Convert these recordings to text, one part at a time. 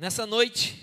Nessa noite,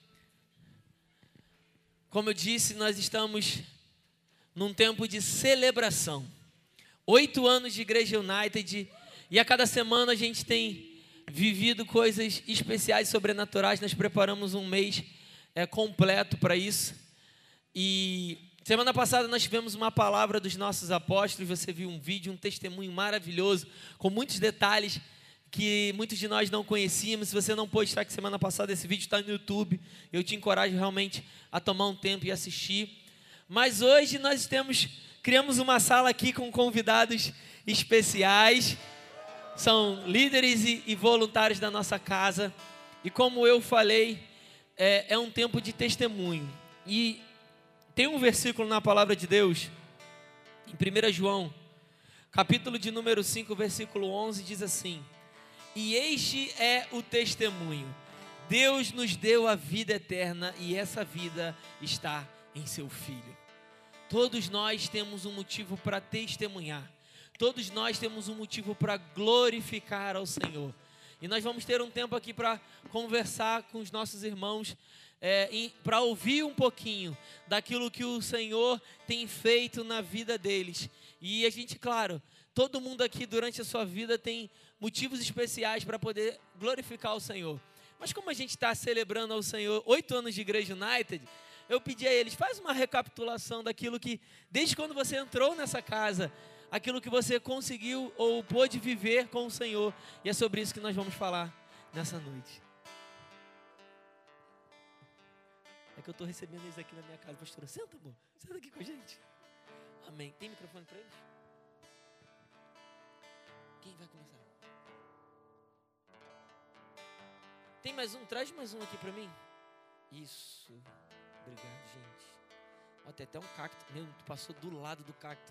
como eu disse, nós estamos num tempo de celebração. 8 anos de Igreja United e a cada semana a gente tem vivido coisas especiais, sobrenaturais. Nós preparamos um mês completo para isso. E semana passada nós tivemos uma palavra dos nossos apóstolos. Você viu um vídeo, um testemunho maravilhoso, com muitos detalhes que muitos de nós não conhecíamos. Se você não pôde estar aqui semana passada, esse vídeo está no YouTube. Eu te encorajo realmente a tomar um tempo e assistir. Mas hoje nós criamos uma sala aqui com convidados especiais. São líderes e voluntários da nossa casa. E como eu falei, é um tempo de testemunho. E tem um versículo na palavra de Deus, em 1 João, capítulo de número 5, versículo 11, diz assim: e este é o testemunho. Deus nos deu a vida eterna e essa vida está em seu Filho. Todos nós temos um motivo para testemunhar. Todos nós temos um motivo para glorificar ao Senhor. E nós vamos ter um tempo aqui para conversar com os nossos irmãos, para ouvir um pouquinho daquilo que o Senhor tem feito na vida deles. E a gente, claro, todo mundo aqui durante a sua vida tem motivos especiais para poder glorificar o Senhor. Mas como a gente está celebrando ao Senhor 8 anos de Igreja United, eu pedi a eles, faz uma recapitulação daquilo que, desde quando você entrou nessa casa, aquilo que você conseguiu ou pôde viver com o Senhor. E é sobre isso que nós vamos falar nessa noite. É que eu estou recebendo eles aqui na minha casa. Pastora, senta, amor. Senta aqui com a gente. Amém. Tem microfone para eles? Quem vai começar? Tem mais um? Traz mais um aqui para mim. Isso. Obrigado, gente. Ó, tem até um cacto. Meu, tu passou do lado do cacto.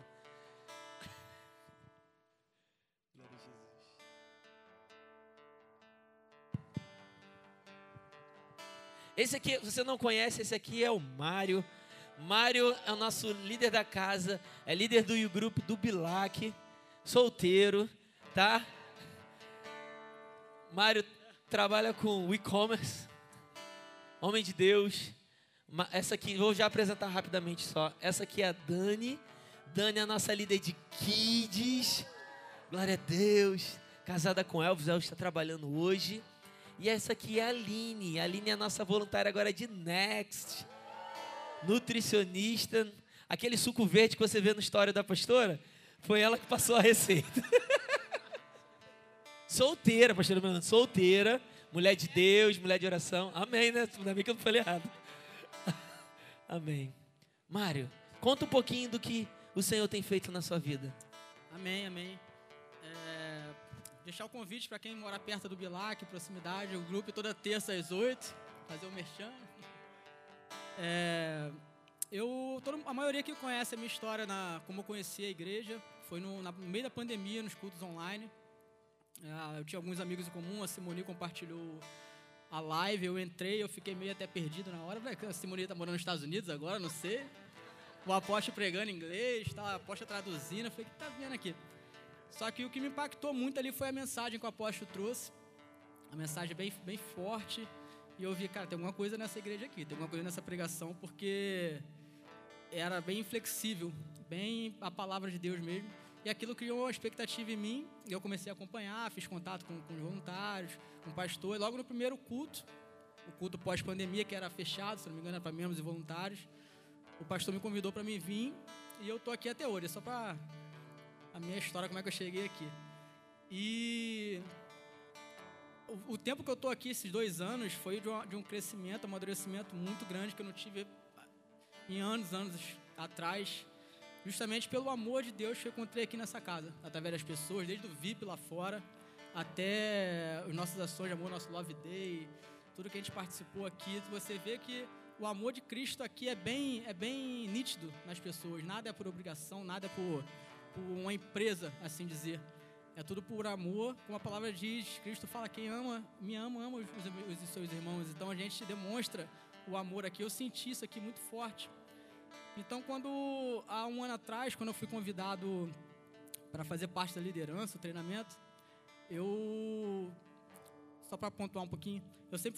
Glória a Jesus. Esse aqui, você não conhece, esse aqui é o Mário. Mário é o nosso líder da casa, é líder do U-Group do Bilac, solteiro, tá? Mário trabalha com e-commerce, homem de Deus. Essa aqui, vou já apresentar rapidamente só. Essa aqui é a Dani. Dani é a nossa líder de kids. Glória a Deus. Casada com Elvis. Elvis está trabalhando hoje. E essa aqui é a Aline. A Aline é a nossa voluntária agora de Next. Nutricionista. Aquele suco verde que você vê na história da pastora, foi ela que passou a receita. Solteira, pastora Melana. Solteira. Mulher de Deus, mulher de oração. Amém, né? Ainda bem que eu não falei errado. Amém. Mário, conta um pouquinho do que o Senhor tem feito na sua vida. Amém, amém. Deixar o convite para quem mora perto do Bilac, proximidade, o grupo toda terça às 8, fazer o merchan. A maioria que conhece a minha história, como eu conheci a igreja, foi no meio da pandemia, nos cultos online. Eu tinha alguns amigos em comum, a Simone compartilhou a live, eu entrei, eu fiquei meio até perdido na hora. A Simone está morando nos Estados Unidos agora, não sei. O apóstolo pregando em inglês, a apóstolo traduzindo, eu falei, o que está vendo aqui? Só que o que me impactou muito ali foi a mensagem que o apóstolo trouxe, a mensagem bem, bem forte, e eu vi, cara, tem alguma coisa nessa igreja aqui, tem alguma coisa nessa pregação, porque era bem flexível, bem a palavra de Deus mesmo, e aquilo criou uma expectativa em mim, e eu comecei a acompanhar, fiz contato com os voluntários, com o pastor, e logo no primeiro culto, o culto pós-pandemia, que era fechado, se não me engano, era para membros e voluntários, o pastor me convidou para me vir, e eu estou aqui até hoje, é só para a minha história, como é que eu cheguei aqui. E o tempo que eu estou aqui, esses 2 anos, foi de um crescimento, um amadurecimento muito grande que eu não tive em anos atrás, justamente pelo amor de Deus que eu encontrei aqui nessa casa, através das pessoas, desde o VIP lá fora, até as nossas ações de amor, nosso Love Day, tudo que a gente participou aqui. Você vê que o amor de Cristo aqui é bem nítido nas pessoas, nada é por obrigação, nada é por uma empresa, assim dizer. É tudo por amor, como a palavra diz. Cristo fala, quem ama, ama os seus irmãos. Então a gente demonstra o amor aqui. Eu senti isso aqui muito forte. Então há 1 ano atrás, quando eu fui convidado para fazer parte da liderança, o treinamento, só para pontuar um pouquinho, eu sempre fui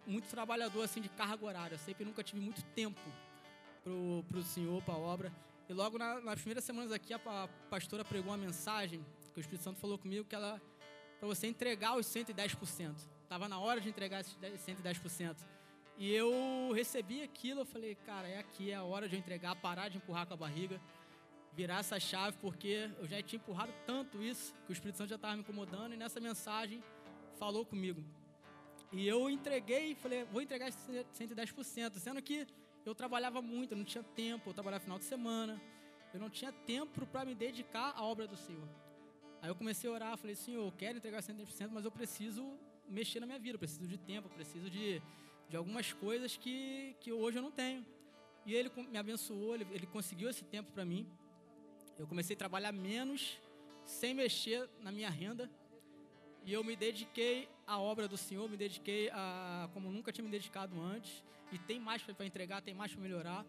muito trabalhador, assim, de carga horária. Eu sempre nunca tive muito tempo pro Senhor, para a obra. E logo nas primeiras semanas aqui, a pastora pregou uma mensagem, que o Espírito Santo falou comigo, que ela, para você entregar os 110%. Estava na hora de entregar esses 110%. E eu recebi aquilo, eu falei, cara, é a hora de eu entregar, parar de empurrar com a barriga, virar essa chave, porque eu já tinha empurrado tanto isso, que o Espírito Santo já estava me incomodando, e nessa mensagem falou comigo. E eu entreguei, falei, vou entregar esses 110%, sendo que eu trabalhava muito, eu não tinha tempo, eu trabalhava final de semana, eu não tinha tempo para me dedicar à obra do Senhor. Aí eu comecei a orar, falei, Senhor, eu quero entregar 110%, mas eu preciso mexer na minha vida, eu preciso de tempo, eu preciso de algumas coisas que hoje eu não tenho. E ele me abençoou, ele conseguiu esse tempo para mim. Eu comecei a trabalhar menos, sem mexer na minha renda, e eu me dediquei à obra do Senhor, me dediquei como nunca tinha me dedicado antes, e tem mais para entregar, tem mais para melhorar.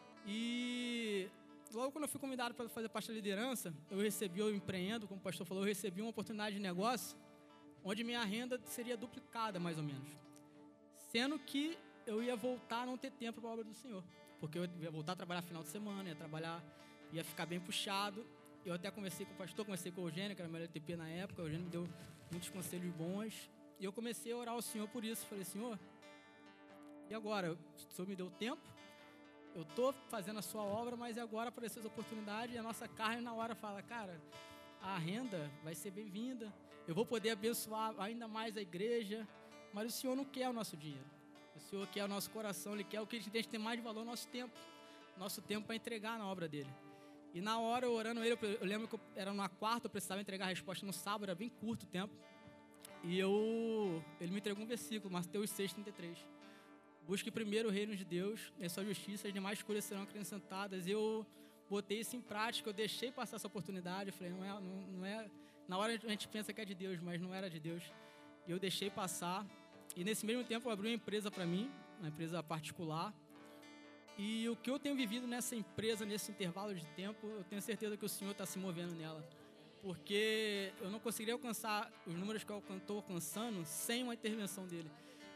E logo quando eu fui convidado para fazer parte da liderança, eu empreendo, como o pastor falou, eu recebi uma oportunidade de negócio, onde minha renda seria duplicada, mais ou menos. Sendo que eu ia voltar a não ter tempo para a obra do Senhor, porque eu ia voltar a trabalhar final de semana, ia ficar bem puxado. Eu até conversei com o pastor, conversei com o Eugênio, que era meu LTP na época, o Eugênio me deu muitos conselhos bons, e eu comecei a orar ao Senhor por isso. Falei, Senhor, e agora? O Senhor me deu tempo, eu estou fazendo a sua obra, mas agora apareceu essa oportunidade, e a nossa carne na hora fala, cara, a renda vai ser bem-vinda, eu vou poder abençoar ainda mais a igreja, mas o Senhor não quer o nosso dinheiro, o Senhor quer o nosso coração, Ele quer o que a gente tem mais de valor, o nosso tempo para entregar na obra dEle. E na hora, eu orando Ele, eu lembro que era numa quarta, eu precisava entregar a resposta no sábado, era bem curto o tempo, e Ele me entregou um versículo, Mateus 6,33. Busque primeiro o reino de Deus e a sua justiça, as demais coisas serão acrescentadas. Eu botei isso em prática, eu deixei passar essa oportunidade, eu falei, não é, na hora a gente pensa que é de Deus, mas não era de Deus. E eu deixei passar, e nesse mesmo tempo eu abri uma empresa para mim, uma empresa particular, e o que eu tenho vivido nessa empresa, nesse intervalo de tempo, eu tenho certeza que o Senhor está se movendo nela, porque eu não conseguiria alcançar os números que eu estou alcançando sem uma intervenção dEle.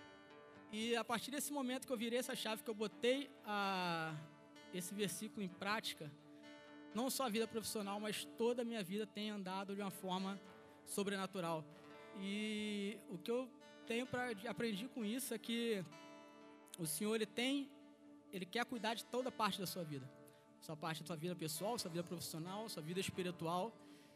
E a partir desse momento que eu virei essa chave, que eu botei esse versículo em prática, não só a vida profissional, mas toda a minha vida tem andado de uma forma sobrenatural. E o que eu aprendi com isso é que o Senhor, Ele quer cuidar de toda parte da sua vida. Sua parte da sua vida pessoal, sua vida profissional, sua vida espiritual.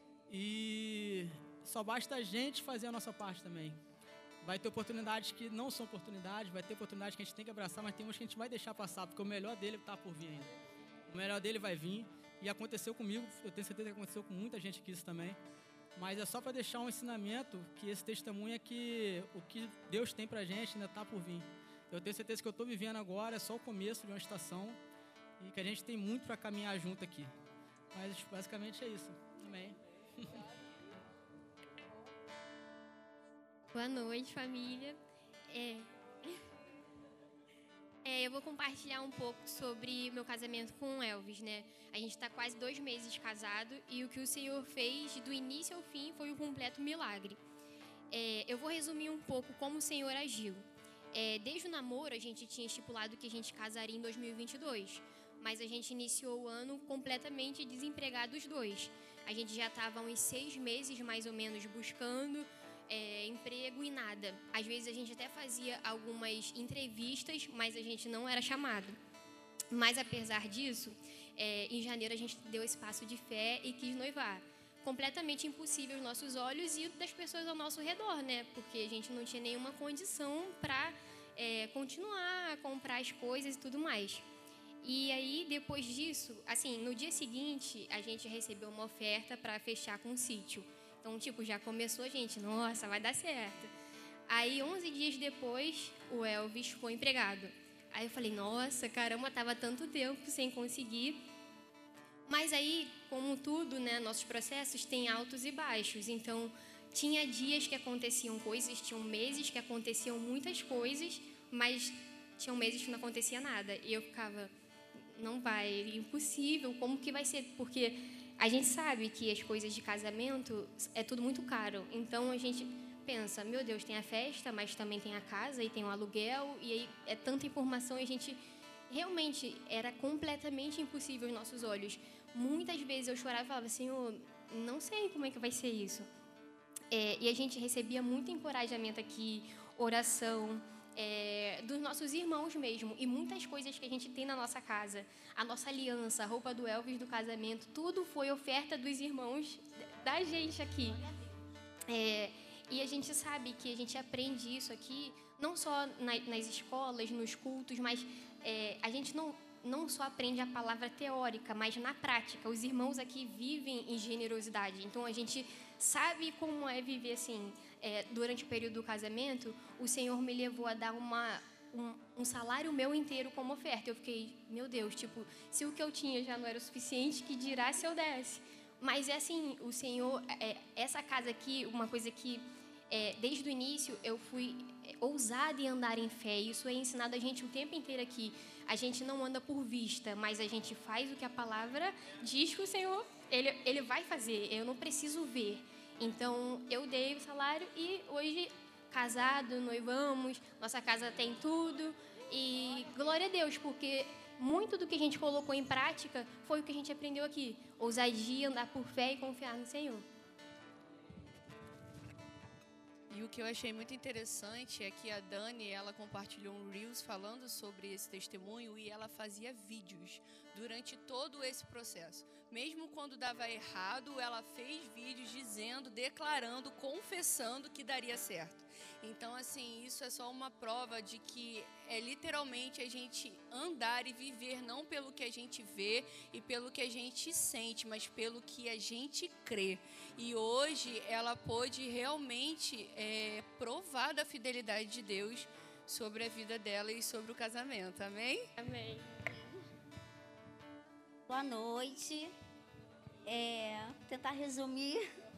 E só basta a gente fazer a nossa parte também. Vai ter oportunidades que não são oportunidades, vai ter oportunidades que a gente tem que abraçar, mas tem umas que a gente vai deixar passar, porque o melhor dele está por vir ainda. O melhor dele vai vir, e aconteceu comigo, eu tenho certeza que aconteceu com muita gente aqui isso também, mas é só para deixar um ensinamento, que esse testemunho é que o que Deus tem pra gente ainda está por vir. Eu tenho certeza que eu estou vivendo agora, é só o começo de uma estação, e que a gente tem muito para caminhar junto aqui. Mas basicamente é isso. Amém. Boa noite, família. Eu vou compartilhar um pouco sobre o meu casamento com o Elvis, né? A gente está quase 2 meses casado e o que o Senhor fez do início ao fim foi um completo milagre. Eu vou resumir um pouco como o Senhor agiu. Desde o namoro, a gente tinha estipulado que a gente casaria em 2022, mas a gente iniciou o ano completamente desempregado os dois. A gente já estava há uns 6 meses, mais ou menos, buscando emprego e nada. Às vezes a gente até fazia algumas entrevistas, mas a gente não era chamado. Mas apesar disso, em janeiro a gente deu esse passo de fé e quis noivar. Completamente impossível aos nossos olhos e das pessoas ao nosso redor, né? Porque a gente não tinha nenhuma condição para continuar a comprar as coisas e tudo mais. E aí, depois disso, assim, no dia seguinte, a gente recebeu uma oferta para fechar com um sítio. Então, já começou a gente, nossa, vai dar certo. Aí, 11 dias depois, o Elvis foi empregado. Aí eu falei, nossa, caramba, tava tanto tempo sem conseguir. Mas aí, como tudo, né, nossos processos têm altos e baixos. Então, tinha dias que aconteciam coisas, tinham meses que aconteciam muitas coisas, mas tinham meses que não acontecia nada. E eu ficava, não vai, impossível, como que vai ser? Porque a gente sabe que as coisas de casamento é tudo muito caro. Então, a gente pensa, meu Deus, tem a festa, mas também tem a casa e tem o aluguel, e aí é tanta informação e a gente realmente era completamente impossível aos nossos olhos. Muitas vezes eu chorava e falava, Senhor, não sei como é que vai ser isso. E a gente recebia muito encorajamento aqui, oração, dos nossos irmãos mesmo, e muitas coisas que a gente tem na nossa casa, a nossa aliança, a roupa do Elvis do casamento, tudo foi oferta dos irmãos da gente aqui. E a gente sabe que a gente aprende isso aqui, não só nas escolas, nos cultos, mas a gente não só aprende a palavra teórica, mas na prática. Os irmãos aqui vivem em generosidade, então a gente sabe como é viver assim. Durante o período do casamento, o Senhor me levou a dar um salário meu inteiro como oferta. Eu fiquei, meu Deus, tipo, se o que eu tinha já não era o suficiente, que dirá se eu desse? Mas é assim, o Senhor, essa casa aqui, uma coisa que desde o início eu fui ousada em andar em fé. Isso é ensinado a gente o tempo inteiro aqui. A gente não anda por vista, mas a gente faz o que a palavra diz que o Senhor, Ele vai fazer. Eu não preciso ver. Então, eu dei o salário e hoje, casado, noivamos, nossa casa tem tudo. E glória a Deus, porque muito do que a gente colocou em prática foi o que a gente aprendeu aqui. Ousadia, andar por fé e confiar no Senhor. E o que eu achei muito interessante é que a Dani, ela compartilhou um Reels falando sobre esse testemunho e ela fazia vídeos durante todo esse processo. Mesmo quando dava errado, ela fez vídeos dizendo, declarando, confessando que daria certo. Então, assim, isso é só uma prova de que é literalmente a gente andar e viver não pelo que a gente vê e pelo que a gente sente, mas pelo que a gente crê. E hoje ela pôde realmente provar da fidelidade de Deus sobre a vida dela e sobre o casamento. Amém? Amém. Boa noite. Tentar resumir.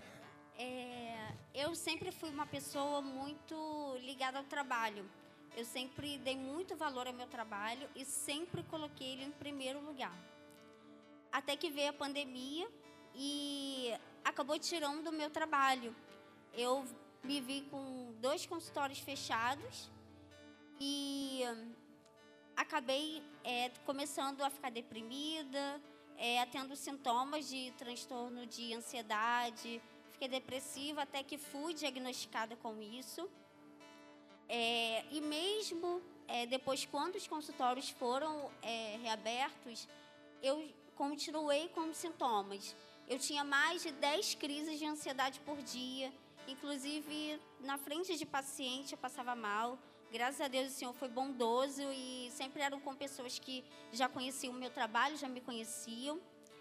Eu sempre fui uma pessoa muito ligada ao trabalho. Eu sempre dei muito valor ao meu trabalho e sempre coloquei ele em primeiro lugar. Até que veio a pandemia e acabou tirando o meu trabalho. Eu me vi com 2 consultórios fechados e acabei começando a ficar deprimida, tendo sintomas de transtorno de ansiedade. Fiquei depressiva até que fui diagnosticada com isso. E mesmo depois, quando os consultórios foram reabertos, eu continuei com sintomas. Eu tinha mais de 10 crises de ansiedade por dia. Inclusive, na frente de paciente, eu passava mal. Graças a Deus, o Senhor foi bondoso e sempre eram com pessoas que já conheciam o meu trabalho, já me conheciam.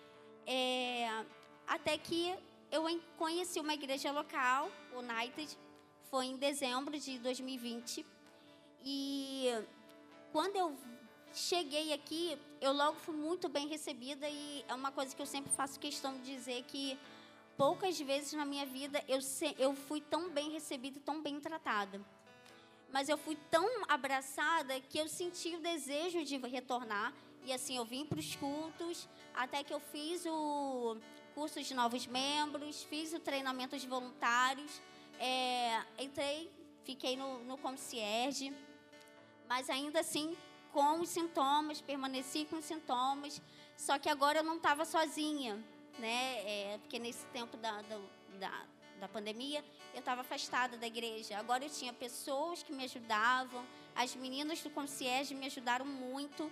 Até que eu conheci uma igreja local, United, foi em dezembro de 2020. E quando eu cheguei aqui, eu logo fui muito bem recebida e é uma coisa que eu sempre faço questão de dizer que poucas vezes na minha vida eu fui tão bem recebida e tão bem tratada. Mas eu fui tão abraçada que eu senti o desejo de retornar. E assim, eu vim para os cultos, até que eu fiz o curso de novos membros, fiz o treinamento de voluntários, entrei, fiquei no concierge, mas ainda assim com os sintomas, permaneci com os sintomas, só que agora eu não estava sozinha, né? Porque nesse tempo da pandemia eu estava afastada da igreja. Agora eu tinha pessoas que me ajudavam, as meninas do concierge me ajudaram muito.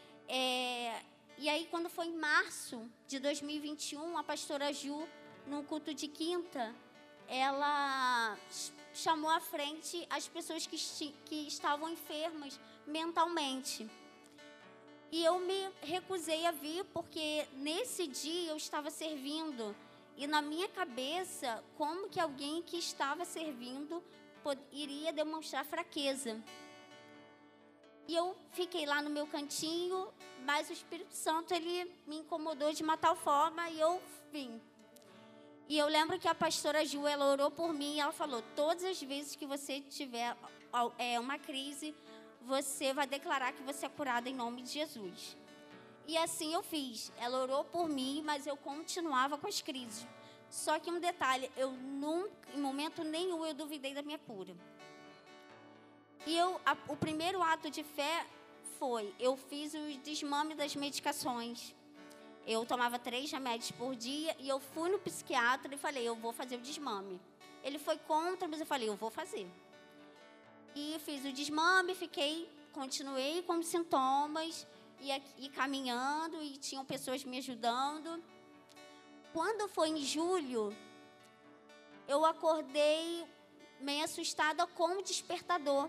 E aí, quando foi em março de 2021, a pastora Ju, num culto de quinta, ela chamou à frente as pessoas que estavam enfermas mentalmente. E eu me recusei a vir, porque nesse dia eu estava servindo. E na minha cabeça, como que alguém que estava servindo iria demonstrar fraqueza? E eu fiquei lá no meu cantinho, mas o Espírito Santo, ele me incomodou de uma tal forma e eu vim. E eu lembro que a pastora Ju, ela orou por mim e ela falou, todas as vezes que você tiver uma crise, você vai declarar que você é curada em nome de Jesus. E assim eu fiz. Ela orou por mim, mas eu continuava com as crises. Só que um detalhe, eu nunca, em momento nenhum, eu duvidei da minha cura. E o primeiro ato de fé foi, eu fiz o desmame das medicações. Eu tomava 3 remédios por dia e eu fui no psiquiatra e falei, eu vou fazer o desmame. Ele foi contra, mas eu falei, eu vou fazer. E fiz o desmame, continuei com sintomas e caminhando e tinham pessoas me ajudando. Quando foi em julho, eu acordei meio assustada com o despertador.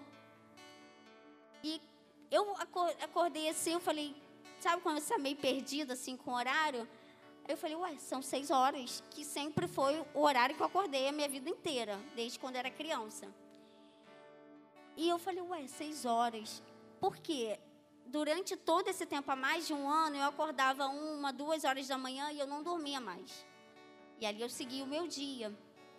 E eu acordei assim, eu falei, sabe quando você está meio perdida assim com o horário? Eu falei, ué, são 6 horas, que sempre foi o horário que eu acordei a minha vida inteira, desde quando era criança. E eu falei, ué, 6 horas. Por quê? Durante todo esse tempo, há mais de um ano, eu acordava 1, 2 horas da manhã e eu não dormia mais. E ali eu seguia o meu dia.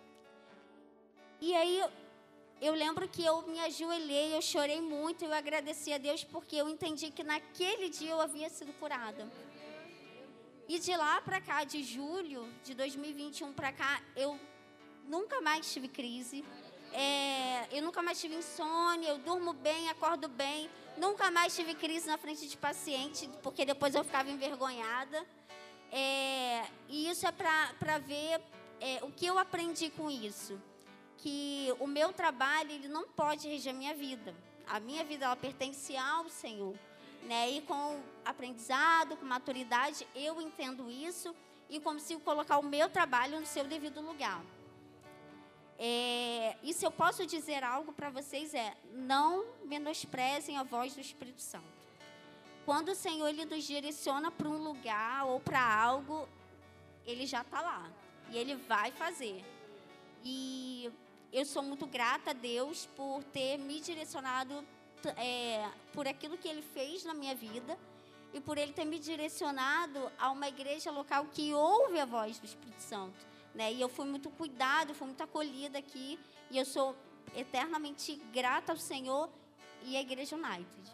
E aí, eu lembro que eu me ajoelhei, eu chorei muito, eu agradeci a Deus porque eu entendi que naquele dia eu havia sido curada. E de lá para cá, de julho de 2021 para cá, eu nunca mais tive crise. Eu nunca mais tive insônia, eu durmo bem, acordo bem. Nunca mais tive crise na frente de paciente, porque depois eu ficava envergonhada. E isso é para ver o que eu aprendi com isso. Que o meu trabalho, ele não pode reger a minha vida. A minha vida, ela pertence ao Senhor. Né? E com aprendizado, com maturidade, eu entendo isso e consigo colocar o meu trabalho no seu devido lugar. E se eu posso dizer algo para vocês não menosprezem a voz do Espírito Santo. Quando o Senhor ele nos direciona para um lugar ou para algo, Ele já está lá e Ele vai fazer. E eu sou muito grata a Deus por ter me direcionado por aquilo que Ele fez na minha vida e por Ele ter me direcionado a uma igreja local que ouve a voz do Espírito Santo. Né? E eu fui muito cuidada, fui muito acolhida aqui. E eu sou eternamente grata ao Senhor e à Igreja United.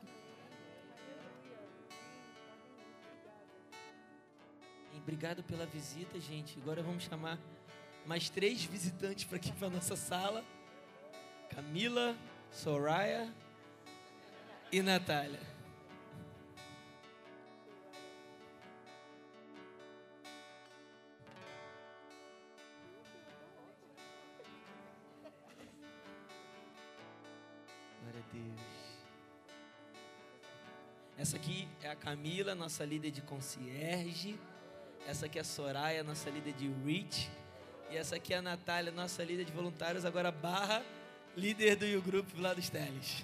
Obrigado pela visita, gente. Agora vamos chamar mais 3 visitantes para aqui para a nossa sala. Camila, Soraya e Natália. Glória a Deus. Essa aqui é a Camila, nossa líder de concierge. Essa aqui é a Soraya, nossa líder de reach. E essa aqui é a Natália, nossa líder de voluntários, agora barra líder do U-Group lá dos Teles.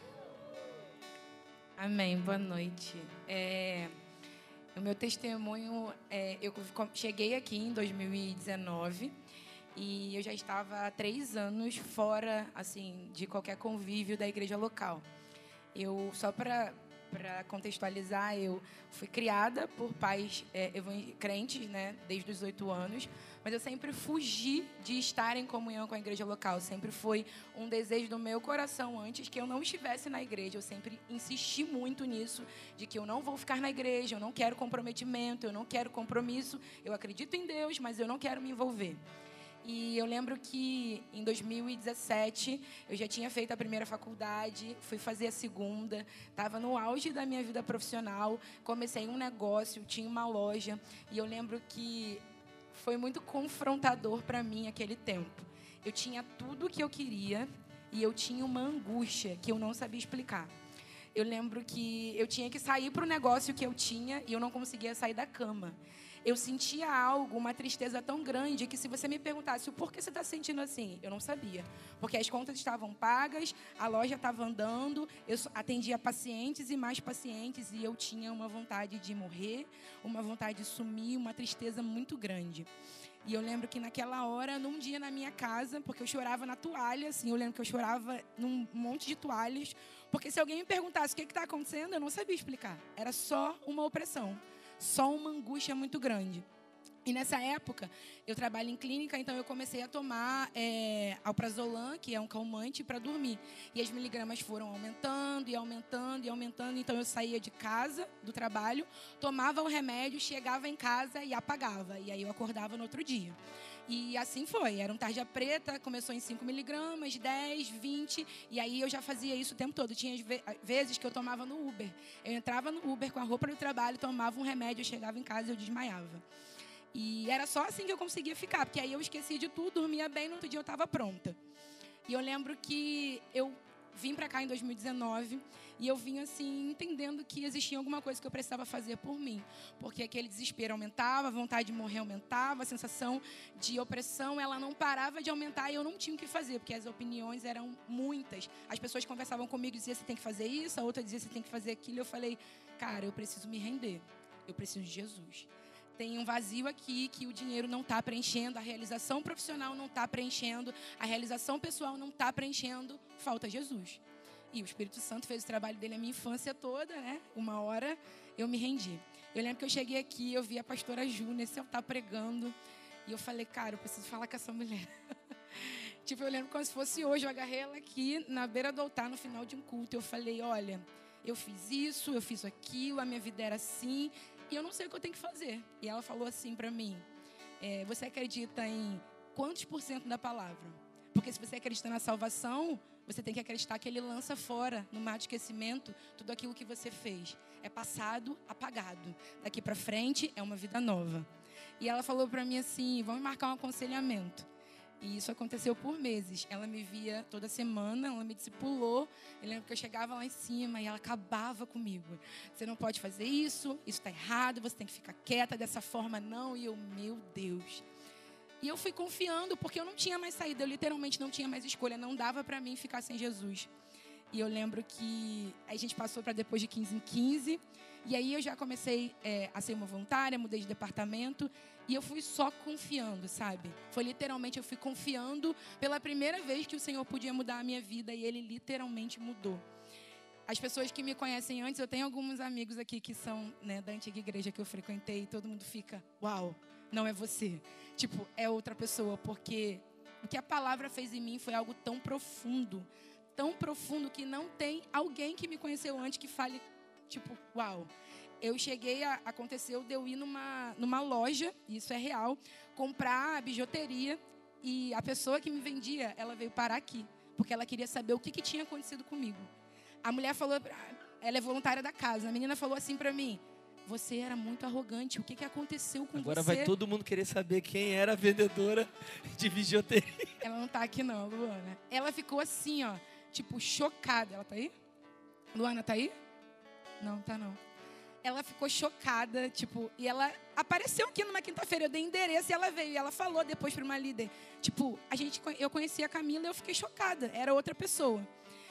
Amém, boa noite. O meu testemunho, eu cheguei aqui em 2019 e eu já estava há 3 anos fora, assim, de qualquer convívio da igreja local. Só para contextualizar, eu fui criada por pais crentes, né, desde os 8 anos, mas eu sempre fugi de estar em comunhão com a igreja local. Sempre foi um desejo do meu coração antes que eu não estivesse na igreja. Eu sempre insisti muito nisso, de que eu não vou ficar na igreja, eu não quero comprometimento, eu não quero compromisso. Eu acredito em Deus, mas eu não quero me envolver. E eu lembro que em 2017 eu já tinha feito a primeira faculdade, fui fazer a segunda, estava no auge da minha vida profissional, comecei um negócio, tinha uma loja, e eu lembro que foi muito confrontador para mim aquele tempo. Eu tinha tudo o que eu queria e eu tinha uma angústia que eu não sabia explicar. Eu lembro que eu tinha que sair para o negócio que eu tinha e eu não conseguia sair da cama. Eu sentia algo, uma tristeza tão grande, que se você me perguntasse o porquê você está sentindo assim, eu não sabia. Porque as contas estavam pagas, a loja estava andando, eu atendia pacientes e mais pacientes, e eu tinha uma vontade de morrer, uma vontade de sumir, uma tristeza muito grande. E eu lembro que naquela hora, num dia na minha casa, porque eu chorava na toalha, assim, eu lembro que eu chorava num monte de toalhas, porque se alguém me perguntasse o que está acontecendo, eu não sabia explicar. Era só uma opressão. Só uma angústia muito grande. E nessa época, eu trabalho em clínica, então eu comecei a tomar alprazolam, que é um calmante, para dormir. E as miligramas foram aumentando e aumentando e aumentando. Então eu saía de casa, do trabalho, tomava o remédio, chegava em casa e apagava. E aí eu acordava no outro dia. E assim foi, era um tarja preta, começou em 5 miligramas, 10, 20, e aí eu já fazia isso o tempo todo. Tinha vezes que eu tomava no Uber. Eu entrava no Uber com a roupa do trabalho, tomava um remédio, eu chegava em casa e eu desmaiava. E era só assim que eu conseguia ficar, porque aí eu esquecia de tudo, dormia bem, no outro dia eu estava pronta. E eu lembro que eu vim para cá em 2019 e eu vim assim entendendo que existia alguma coisa que eu precisava fazer por mim, porque aquele desespero aumentava, a vontade de morrer aumentava, a sensação de opressão ela não parava de aumentar e eu não tinha o que fazer, porque as opiniões eram muitas. As pessoas conversavam comigo e diziam, você tem que fazer isso, a outra dizia, você tem que fazer aquilo. Eu falei, cara, eu preciso me render, eu preciso de Jesus. Tem um vazio aqui que o dinheiro não está preenchendo, a realização profissional não está preenchendo, a realização pessoal não está preenchendo, falta Jesus. E o Espírito Santo fez o trabalho dele a minha infância toda, né? Uma hora eu me rendi. Eu lembro que eu cheguei aqui, eu vi a pastora Ju nesse altar pregando, e eu falei, cara, eu preciso falar com essa mulher. Tipo, eu lembro como se fosse hoje, eu agarrei ela aqui na beira do altar no final de um culto, eu falei, olha, eu fiz isso, eu fiz aquilo, a minha vida era assim, e eu não sei o que eu tenho que fazer. E ela falou assim para mim, você acredita em quantos % da palavra? Porque se você acredita na salvação, você tem que acreditar que Ele lança fora, no mar de esquecimento, tudo aquilo que você fez. É passado, apagado. Daqui para frente é uma vida nova. E ela falou para mim assim, vamos marcar um aconselhamento. E isso aconteceu por meses. Ela me via toda semana, ela me discipulou. Eu lembro que eu chegava lá em cima e ela acabava comigo. Você não pode fazer isso está errado, você tem que ficar quieta, dessa forma não. E eu, meu Deus. E eu fui confiando, porque eu não tinha mais saída, eu literalmente não tinha mais escolha, não dava para mim ficar sem Jesus. E eu lembro que a gente passou para depois de 15 em 15, e aí eu já comecei a ser uma voluntária, mudei de departamento, e eu fui só confiando, sabe? Foi literalmente, eu fui confiando pela primeira vez que o Senhor podia mudar a minha vida, e Ele literalmente mudou. As pessoas que me conhecem antes, eu tenho alguns amigos aqui que são, né, da antiga igreja que eu frequentei, e todo mundo fica, uau, não é você. Tipo, é outra pessoa, porque o que a palavra fez em mim foi algo tão profundo que não tem alguém que me conheceu antes que fale, tipo, uau. Eu cheguei aconteceu de eu ir numa loja, isso é real, comprar bijuteria, e a pessoa que me vendia, ela veio parar aqui, porque ela queria saber o que tinha acontecido comigo. A mulher falou, ela é voluntária da casa, a menina falou assim pra mim, você era muito arrogante, o que aconteceu com Agora você? vai todo mundo querer saber quem era a vendedora de bijuteria. Ela não tá aqui não, Luana. Ela ficou assim, ó, tipo, chocada. Ela tá aí? Luana, tá aí? Não, tá não. Ela ficou chocada, tipo, e ela apareceu aqui numa quinta-feira, eu dei endereço e ela veio. E ela falou depois para uma líder, tipo, eu conheci a Camila e eu fiquei chocada, era outra pessoa.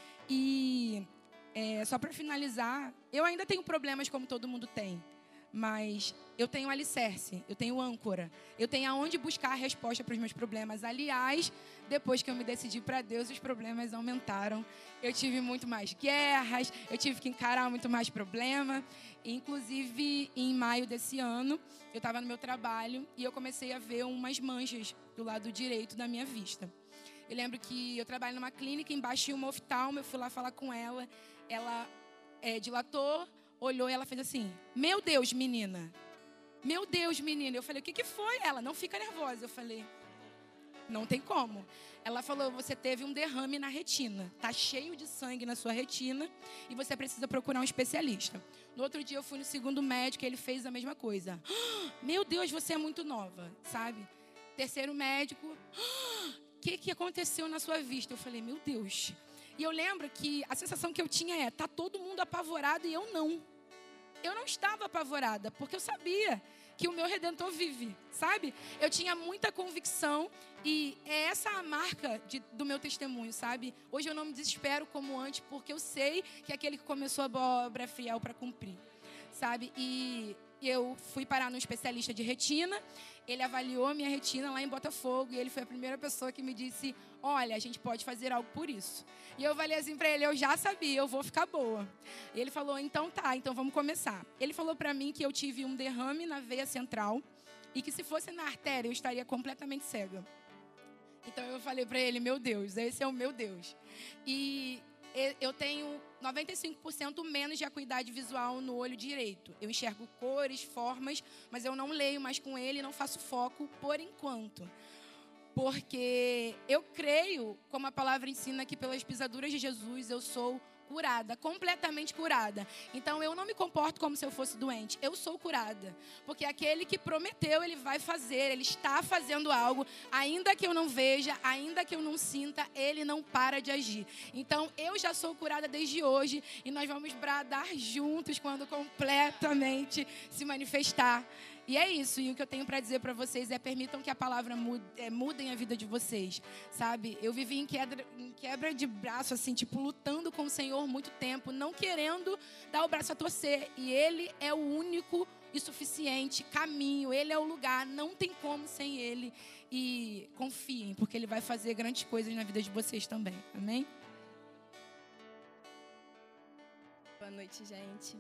E só para finalizar, eu ainda tenho problemas como todo mundo tem, mas eu tenho alicerce, eu tenho âncora, eu tenho aonde buscar a resposta para os meus problemas. Aliás, depois que eu me decidi para Deus, os problemas aumentaram. Eu tive muito mais guerras, eu tive que encarar muito mais problema. Inclusive, em maio desse ano, eu estava no meu trabalho e eu comecei a ver umas manchas do lado direito da minha vista. Eu lembro que eu trabalho numa clínica, embaixo tinha uma oftalmo, eu fui lá falar com ela, ela dilatou, olhou e ela fez assim, meu Deus, menina. Meu Deus, menina. Eu falei, o que foi? Ela, não fica nervosa. Eu falei, não tem como. Ela falou, você teve um derrame na retina. Tá cheio de sangue na sua retina e você precisa procurar um especialista. No outro dia eu fui no segundo médico e ele fez a mesma coisa. Meu Deus, você é muito nova, sabe? Terceiro médico, o que aconteceu na sua vista? Eu falei, meu Deus. E eu lembro que a sensação que eu tinha tá todo mundo apavorado e eu não. Eu não estava apavorada, porque eu sabia que o meu Redentor vive, sabe? Eu tinha muita convicção e é essa a marca do meu testemunho, sabe? Hoje eu não me desespero como antes, porque eu sei que aquele que começou a boa obra é fiel para cumprir, sabe? E eu fui parar num especialista de retina, ele avaliou a minha retina lá em Botafogo e ele foi a primeira pessoa que me disse, olha, a gente pode fazer algo por isso. E eu falei assim para ele, eu já sabia, eu vou ficar boa. E ele falou, então tá, então vamos começar. Ele falou para mim que eu tive um derrame na veia central e que se fosse na artéria eu estaria completamente cega. Então eu falei para ele, meu Deus, esse é o meu Deus. E eu tenho 95% menos de acuidade visual no olho direito. Eu enxergo cores, formas, mas eu não leio mais com ele, não faço foco por enquanto. porque eu creio, como a palavra ensina, que pelas pisaduras de Jesus eu sou curada, completamente curada. Então eu não me comporto como se eu fosse doente, eu sou curada, porque aquele que prometeu, ele vai fazer, ele está fazendo algo, ainda que eu não veja, ainda que eu não sinta, ele não para de agir. Então eu já sou curada desde hoje e nós vamos bradar juntos quando completamente se manifestar. E é isso, e o que eu tenho para dizer para vocês é: permitam que a palavra mudem a vida de vocês, sabe? Eu vivi em quebra de braço, assim, tipo, lutando com o Senhor muito tempo, não querendo dar o braço a torcer, e Ele é o único e suficiente caminho, Ele é o lugar, não tem como sem Ele, e confiem, porque Ele vai fazer grandes coisas na vida de vocês também, amém? Boa noite, gente.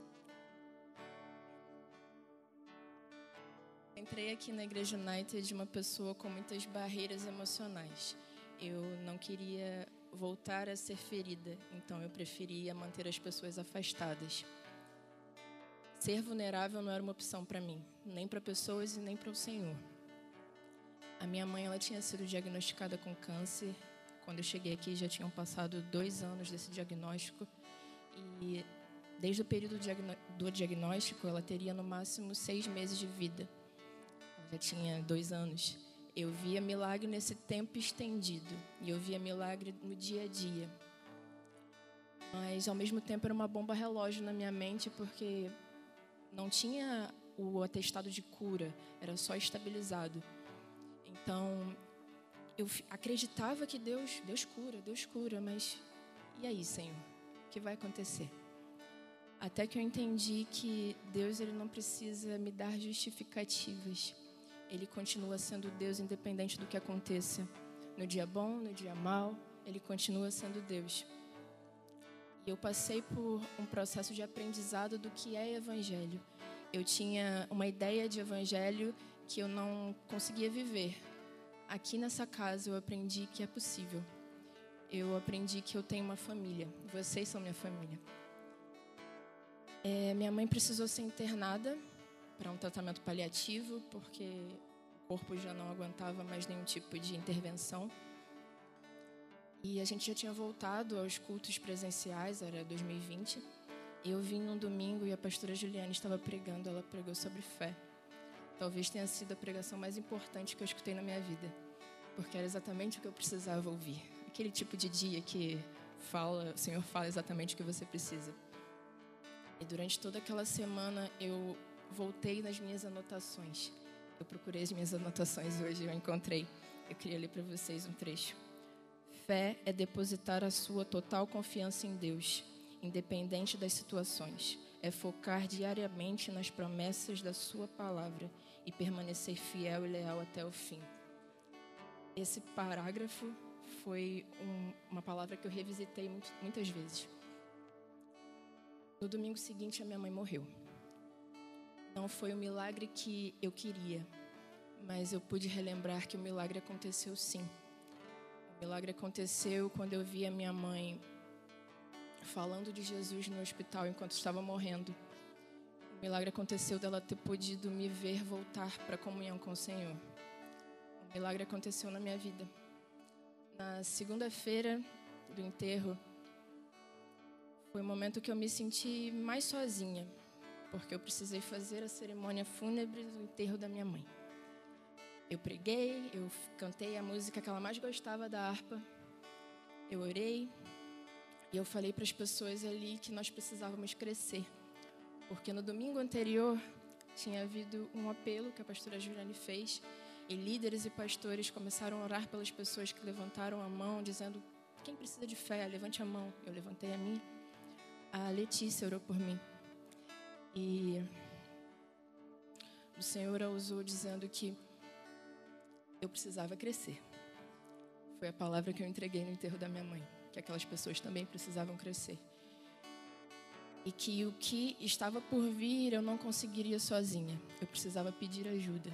Entrei aqui na Igreja United uma pessoa com muitas barreiras emocionais. Eu não queria voltar a ser ferida, então eu preferia manter as pessoas afastadas. Ser vulnerável não era uma opção para mim, nem para pessoas e nem para o Senhor. A minha mãe, ela tinha sido diagnosticada com câncer. Quando eu cheguei aqui já tinham passado 2 anos desse diagnóstico e desde o período do diagnóstico ela teria no máximo 6 meses de vida. Já tinha 2 anos. Eu via milagre nesse tempo estendido. E eu via milagre no dia a dia. Mas, ao mesmo tempo, era uma bomba relógio na minha mente, porque não tinha o atestado de cura. Era só estabilizado. Então, eu acreditava que Deus cura. Mas, e aí, Senhor? O que vai acontecer? Até que eu entendi que Deus, ele não precisa me dar justificativas. Ele continua sendo Deus independente do que aconteça. No dia bom, no dia mau, Ele continua sendo Deus. E eu passei por um processo de aprendizado do que é evangelho. Eu tinha uma ideia de evangelho que eu não conseguia viver. Aqui nessa casa eu aprendi que é possível. Eu aprendi que eu tenho uma família. Vocês são minha família. Minha mãe precisou ser internada para um tratamento paliativo, porque o corpo já não aguentava mais nenhum tipo de intervenção. E a gente já tinha voltado aos cultos presenciais, era 2020. Eu vim num domingo e a pastora Juliane estava pregando, ela pregou sobre fé. Talvez tenha sido a pregação mais importante que eu escutei na minha vida, porque era exatamente o que eu precisava ouvir. Aquele tipo de dia que o Senhor fala exatamente o que você precisa. E durante toda aquela semana eu voltei nas minhas anotações. Eu procurei as minhas anotações hoje, eu encontrei. Eu queria ler para vocês um trecho. Fé é depositar a sua total confiança em Deus, independente das situações. É focar diariamente nas promessas da sua palavra e permanecer fiel e leal até o fim. Esse parágrafo foi uma palavra que eu revisitei muitas vezes. No domingo seguinte, a minha mãe morreu. Não foi o milagre que eu queria, mas eu pude relembrar que o milagre aconteceu sim. O milagre aconteceu quando eu vi a minha mãe falando de Jesus no hospital enquanto estava morrendo. O milagre aconteceu dela ter podido me ver voltar para a comunhão com o Senhor. O milagre aconteceu na minha vida. Na segunda-feira do enterro, foi o momento que eu me senti mais sozinha, porque eu precisei fazer a cerimônia fúnebre do enterro da minha mãe. Eu preguei, eu cantei a música que ela mais gostava da harpa, eu orei e eu falei para as pessoas ali que nós precisávamos crescer, porque no domingo anterior tinha havido um apelo que a pastora Juliane fez e líderes e pastores começaram a orar pelas pessoas que levantaram a mão, dizendo: quem precisa de fé, levante a mão. Eu levantei a minha. A Letícia orou por mim. E o Senhor a usou dizendo que eu precisava crescer. Foi a palavra que eu entreguei no enterro da minha mãe, que aquelas pessoas também precisavam crescer. E que o que estava por vir eu não conseguiria sozinha. Eu precisava pedir ajuda.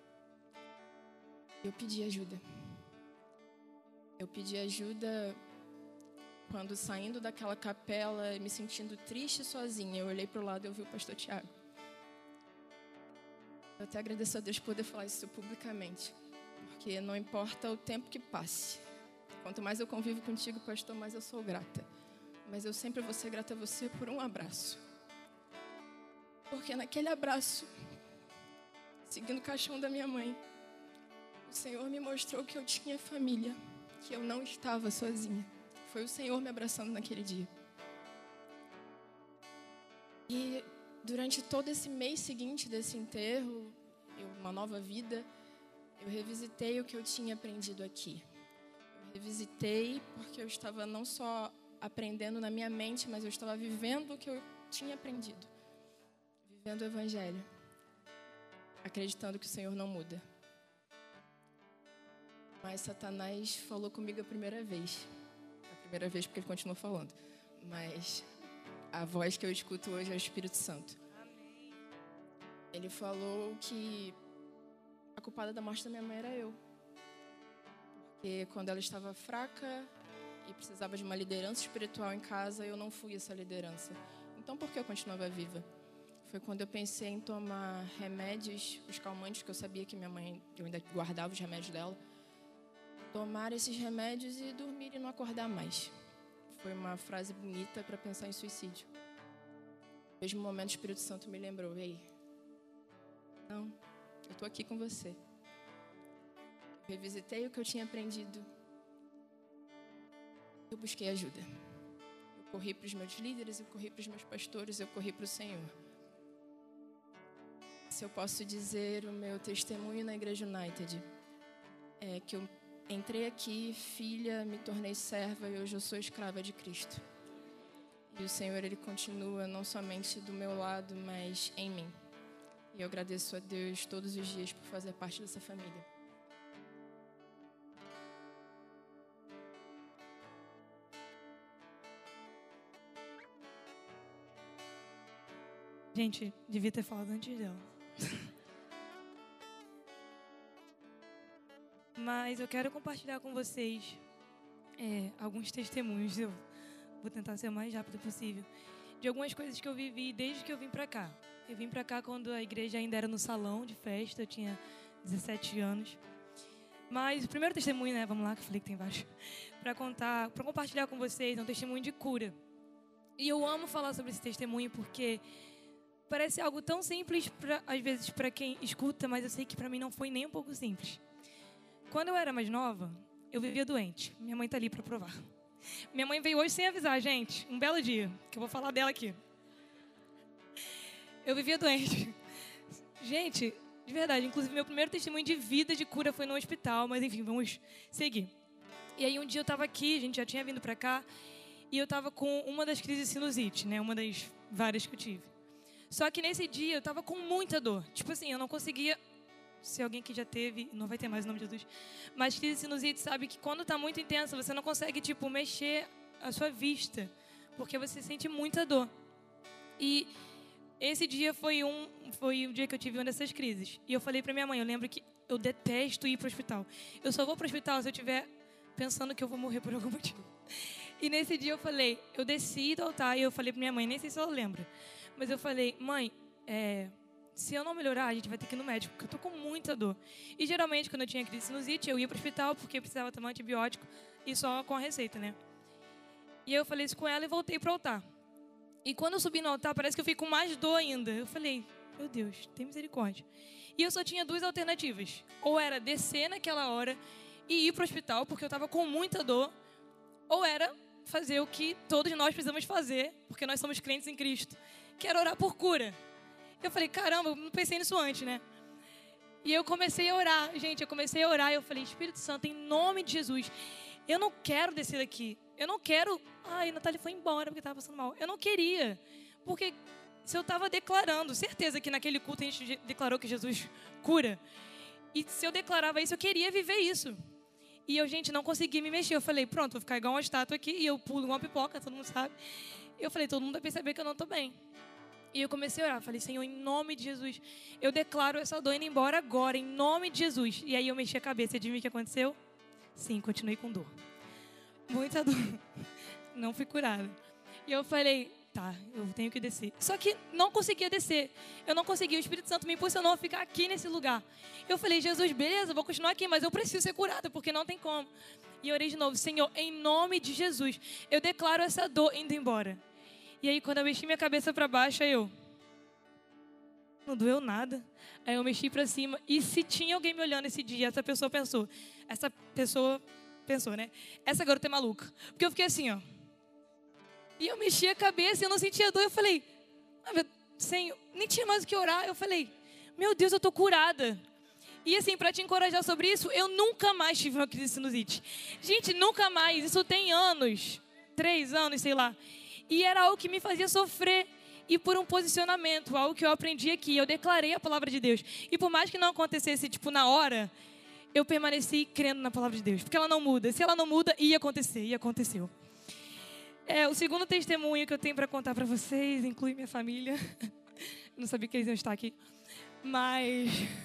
Eu pedi ajuda. Eu pedi ajuda quando, saindo daquela capela, me sentindo triste sozinha, eu olhei para o lado e eu vi o pastor Tiago. Eu até agradeço a Deus por poder falar isso publicamente, porque não importa o tempo que passe. Quanto mais eu convivo contigo, pastor, mais eu sou grata. Mas eu sempre vou ser grata a você por um abraço. Porque naquele abraço, seguindo o caixão da minha mãe, o Senhor me mostrou que eu tinha família, que eu não estava sozinha. Foi o Senhor me abraçando naquele dia. E durante todo esse mês seguinte desse enterro, uma nova vida, eu revisitei o que eu tinha aprendido aqui. Eu revisitei porque eu estava não só aprendendo na minha mente, mas eu estava vivendo o que eu tinha aprendido. Vivendo o Evangelho. Acreditando que o Senhor não muda. Mas Satanás falou comigo a primeira vez. A primeira vez porque ele continuou falando. Mas a voz que eu escuto hoje é o Espírito Santo. Amém. Ele falou que a culpada da morte da minha mãe era eu. Porque quando ela estava fraca e precisava de uma liderança espiritual em casa, eu não fui essa liderança. Então por que eu continuava viva? Foi quando eu pensei em tomar remédios, os calmantes que eu sabia que minha mãe, eu ainda guardava os remédios dela. Tomar esses remédios e dormir e não acordar mais. Foi uma frase bonita para pensar em suicídio. No mesmo momento, o Espírito Santo me lembrou: ei, não, eu estou aqui com você. Eu revisitei o que eu tinha aprendido. Eu busquei ajuda. Eu corri para os meus líderes, eu corri para os meus pastores, eu corri para o Senhor. Se eu posso dizer o meu testemunho na Igreja United, é que eu entrei aqui, filha, me tornei serva e hoje eu sou escrava de Cristo. E o Senhor, Ele continua não somente do meu lado, mas em mim. E eu agradeço a Deus todos os dias por fazer parte dessa família. Gente, devia ter falado antes dela. Mas eu quero compartilhar com vocês alguns testemunhos. Eu vou tentar ser o mais rápido possível. De algumas coisas que eu vivi desde que eu vim pra cá. Eu vim pra cá quando a igreja ainda era no salão de festa. Eu tinha 17 anos. Mas o primeiro testemunho, né? Vamos lá, que eu falei que tem vários. Pra compartilhar com vocês, é um testemunho de cura. E eu amo falar sobre esse testemunho porque parece algo tão simples, às vezes, para quem escuta, mas eu sei que para mim não foi nem um pouco simples. Quando eu era mais nova, eu vivia doente. Minha mãe tá ali para provar. Minha mãe veio hoje sem avisar, gente. Um belo dia, que eu vou falar dela aqui. Eu vivia doente. Gente, de verdade, inclusive meu primeiro testemunho de vida, de cura, foi no hospital. Mas enfim, vamos seguir. E aí um dia eu estava aqui, a gente já tinha vindo para cá, e eu estava com uma das crises de sinusite, né? Uma das várias que eu tive. Só que nesse dia eu tava com muita dor. Tipo assim, eu não conseguia... Se alguém que já teve, não vai ter mais o nome de Jesus. Mas crise de sinusite sabe que quando tá muito intensa, você não consegue, tipo, mexer a sua vista. Porque você sente muita dor. E esse dia foi o dia que eu tive uma dessas crises. E eu falei pra minha mãe, eu lembro que eu detesto ir pro hospital. Eu só vou pro hospital se eu estiver pensando que eu vou morrer por algum motivo. E nesse dia eu falei, eu desci do altar e eu falei pra minha mãe, nem sei se ela lembra. Mas eu falei, mãe, se eu não melhorar, a gente vai ter que ir no médico, porque eu tô com muita dor. E geralmente, quando eu tinha crise de sinusite, eu ia pro hospital porque eu precisava tomar antibiótico e só com a receita, né? E eu falei isso com ela e voltei pro altar. E quando eu subi no altar, parece que eu fiquei com mais dor ainda. Eu falei, meu Deus, tem misericórdia. E eu só tinha duas alternativas. Ou era descer naquela hora e ir pro hospital, porque eu tava com muita dor, ou era fazer o que todos nós precisamos fazer, porque nós somos crentes em Cristo, que era orar por cura. Eu falei, caramba, eu não pensei nisso antes, né? E eu comecei a orar, gente, eu falei, Espírito Santo, em nome de Jesus, eu não quero descer daqui, eu não quero... Ai, a Natália foi embora porque estava passando mal. Eu não queria, porque se eu estava declarando, certeza que naquele culto a gente declarou que Jesus cura, e se eu declarava isso, eu queria viver isso. E eu, gente, não consegui me mexer. Eu falei, pronto, vou ficar igual uma estátua aqui, e eu pulo igual uma pipoca, todo mundo sabe. Eu falei, todo mundo vai perceber que eu não estou bem. E eu comecei a orar, falei, Senhor, em nome de Jesus, eu declaro essa dor indo embora agora, em nome de Jesus. E aí eu mexi a cabeça, e adivinha o que aconteceu? Sim, continuei com dor. Muita dor. Não fui curada. E eu falei, tá, eu tenho que descer. Só que não conseguia descer. Eu não conseguia. O Espírito Santo me impulsionou a ficar aqui nesse lugar. Eu falei, Jesus, beleza, eu vou continuar aqui, mas eu preciso ser curada, porque não tem como. E eu orei de novo, Senhor, em nome de Jesus, eu declaro essa dor indo embora. E aí, quando eu mexi minha cabeça para baixo, aí não doeu nada. Aí eu mexi para cima. E se tinha alguém me olhando esse dia, essa pessoa pensou, né? Essa garota é maluca. Porque eu fiquei assim, ó. E eu mexi a cabeça e eu não sentia dor. Eu falei, Senhor, nem tinha mais o que orar. Eu falei, meu Deus, eu tô curada. E assim, para te encorajar sobre isso, eu nunca mais tive uma crise de sinusite. Gente, nunca mais. Isso tem anos. 3 anos, sei lá. E era algo que me fazia sofrer. E por um posicionamento, algo que eu aprendi aqui. Eu declarei a palavra de Deus. E por mais que não acontecesse, na hora, eu permaneci crendo na palavra de Deus. Porque ela não muda. Se ela não muda, ia acontecer. E aconteceu. O segundo testemunho que eu tenho para contar para vocês, inclui minha família. Não sabia que eles iam estar aqui. Mas...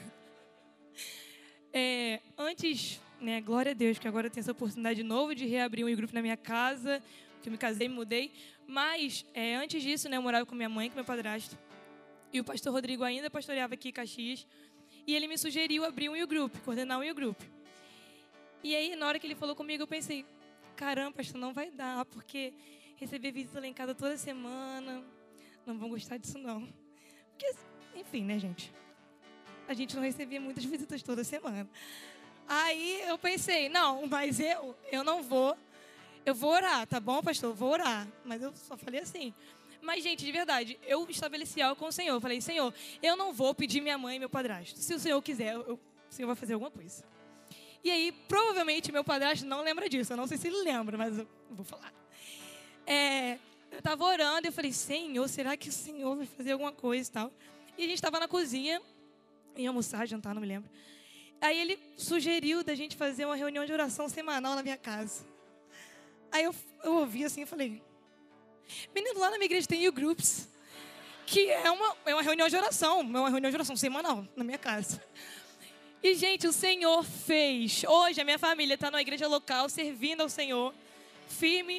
antes, né, glória a Deus, que agora eu tenho essa oportunidade de novo de reabrir um grupo na minha casa, que eu me casei e me mudei. Mas, antes disso, né, eu morava com minha mãe, com meu padrasto. E o pastor Rodrigo ainda pastoreava aqui em Caxias. E ele me sugeriu abrir um U-Group, coordenar um U-Group. E aí, na hora que ele falou comigo, eu pensei, caramba, pastor, não vai dar, porque receber visita lá em casa toda semana, não vão gostar disso, não. Porque, enfim, né, gente? A gente não recebia muitas visitas toda semana. Aí eu pensei, não, mas eu não vou. Eu vou orar, tá bom, pastor? Eu vou orar. Mas eu só falei assim. Mas, gente, de verdade, eu estabeleci algo com o Senhor. Eu falei, Senhor, eu não vou pedir minha mãe e meu padrasto. Se o Senhor quiser, o Senhor vai fazer alguma coisa. E aí, provavelmente, meu padrasto não lembra disso. Eu não sei se ele lembra, mas eu vou falar. Eu estava orando e eu falei, Senhor, será que o Senhor vai fazer alguma coisa e tal? E a gente estava na cozinha, em almoçar, jantar, não me lembro. Aí ele sugeriu da gente fazer uma reunião de oração semanal na minha casa. Aí eu ouvi assim e falei, menino, lá na minha igreja tem U-Groups, que é uma reunião de oração, semanal na minha casa. E, gente, o Senhor fez. Hoje a minha família está na igreja local, servindo ao Senhor, firme.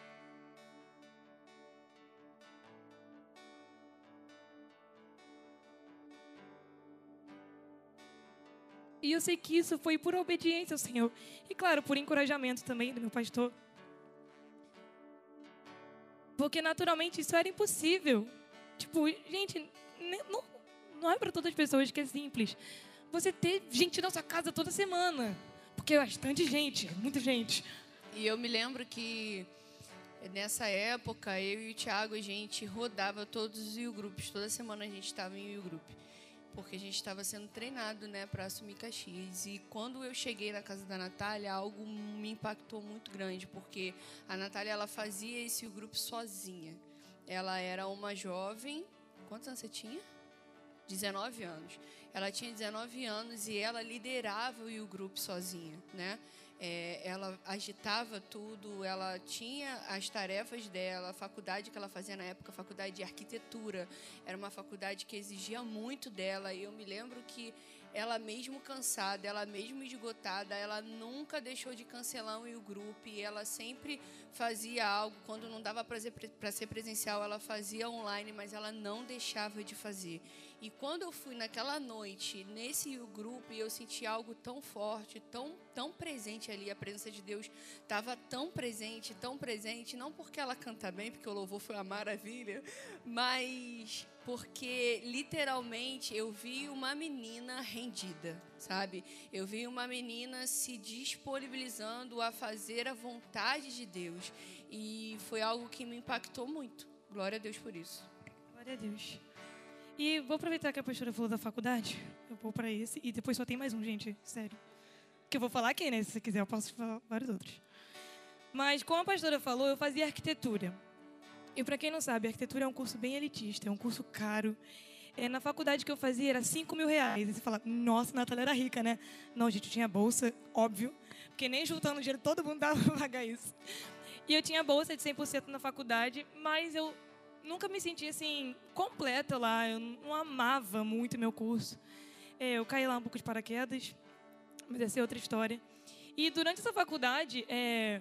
E eu sei que isso foi por obediência ao Senhor. E, claro, por encorajamento também do meu pastor. Porque, naturalmente, isso era impossível. Gente, não é para todas as pessoas que é simples. Você ter gente na sua casa toda semana. Porque é bastante gente, muita gente. E eu me lembro que, nessa época, eu e o Thiago, a gente rodava todos os U-Grupos. Toda semana a gente estava em U-Group. Porque a gente estava sendo treinado, né, para assumir Caxias. E quando eu cheguei na casa da Natália, algo me impactou muito grande, porque a Natália, ela fazia esse grupo sozinha. Ela era uma jovem... Quantos anos você tinha? 19 anos. Ela tinha 19 anos e ela liderava o grupo sozinha, né? Ela agitava tudo, ela tinha as tarefas dela, a faculdade que ela fazia na época, a faculdade de arquitetura, era uma faculdade que exigia muito dela, e eu me lembro que ela mesmo cansada, ela mesmo esgotada, ela nunca deixou de cancelar o grupo, e ela sempre fazia algo, quando não dava para ser presencial, ela fazia online, mas ela não deixava de fazer. E quando eu fui naquela noite, nesse grupo, e eu senti algo tão forte, tão presente ali, a presença de Deus estava tão presente, não porque ela canta bem, porque o louvor foi uma maravilha, mas porque, literalmente, eu vi uma menina rendida, sabe? Eu vi uma menina se disponibilizando a fazer a vontade de Deus. E foi algo que me impactou muito. Glória a Deus por isso. Glória a Deus. E vou aproveitar que a pastora falou da faculdade. Eu vou para esse. E depois só tem mais um, gente. Sério. Que eu vou falar aqui, né? Se você quiser, eu posso falar vários outros. Mas, como a pastora falou, eu fazia arquitetura. E, para quem não sabe, arquitetura é um curso bem elitista. É um curso caro. Na faculdade que eu fazia, era R$5.000. E você fala, nossa, Natália era rica, né? Não, gente, eu tinha bolsa, óbvio. Porque nem juntando dinheiro, todo mundo dava para pagar isso. E eu tinha bolsa de 100% na faculdade, mas eu nunca me senti, assim, completa lá. Eu não amava muito meu curso. Eu caí lá um pouco de paraquedas, mas essa é outra história. E durante essa faculdade,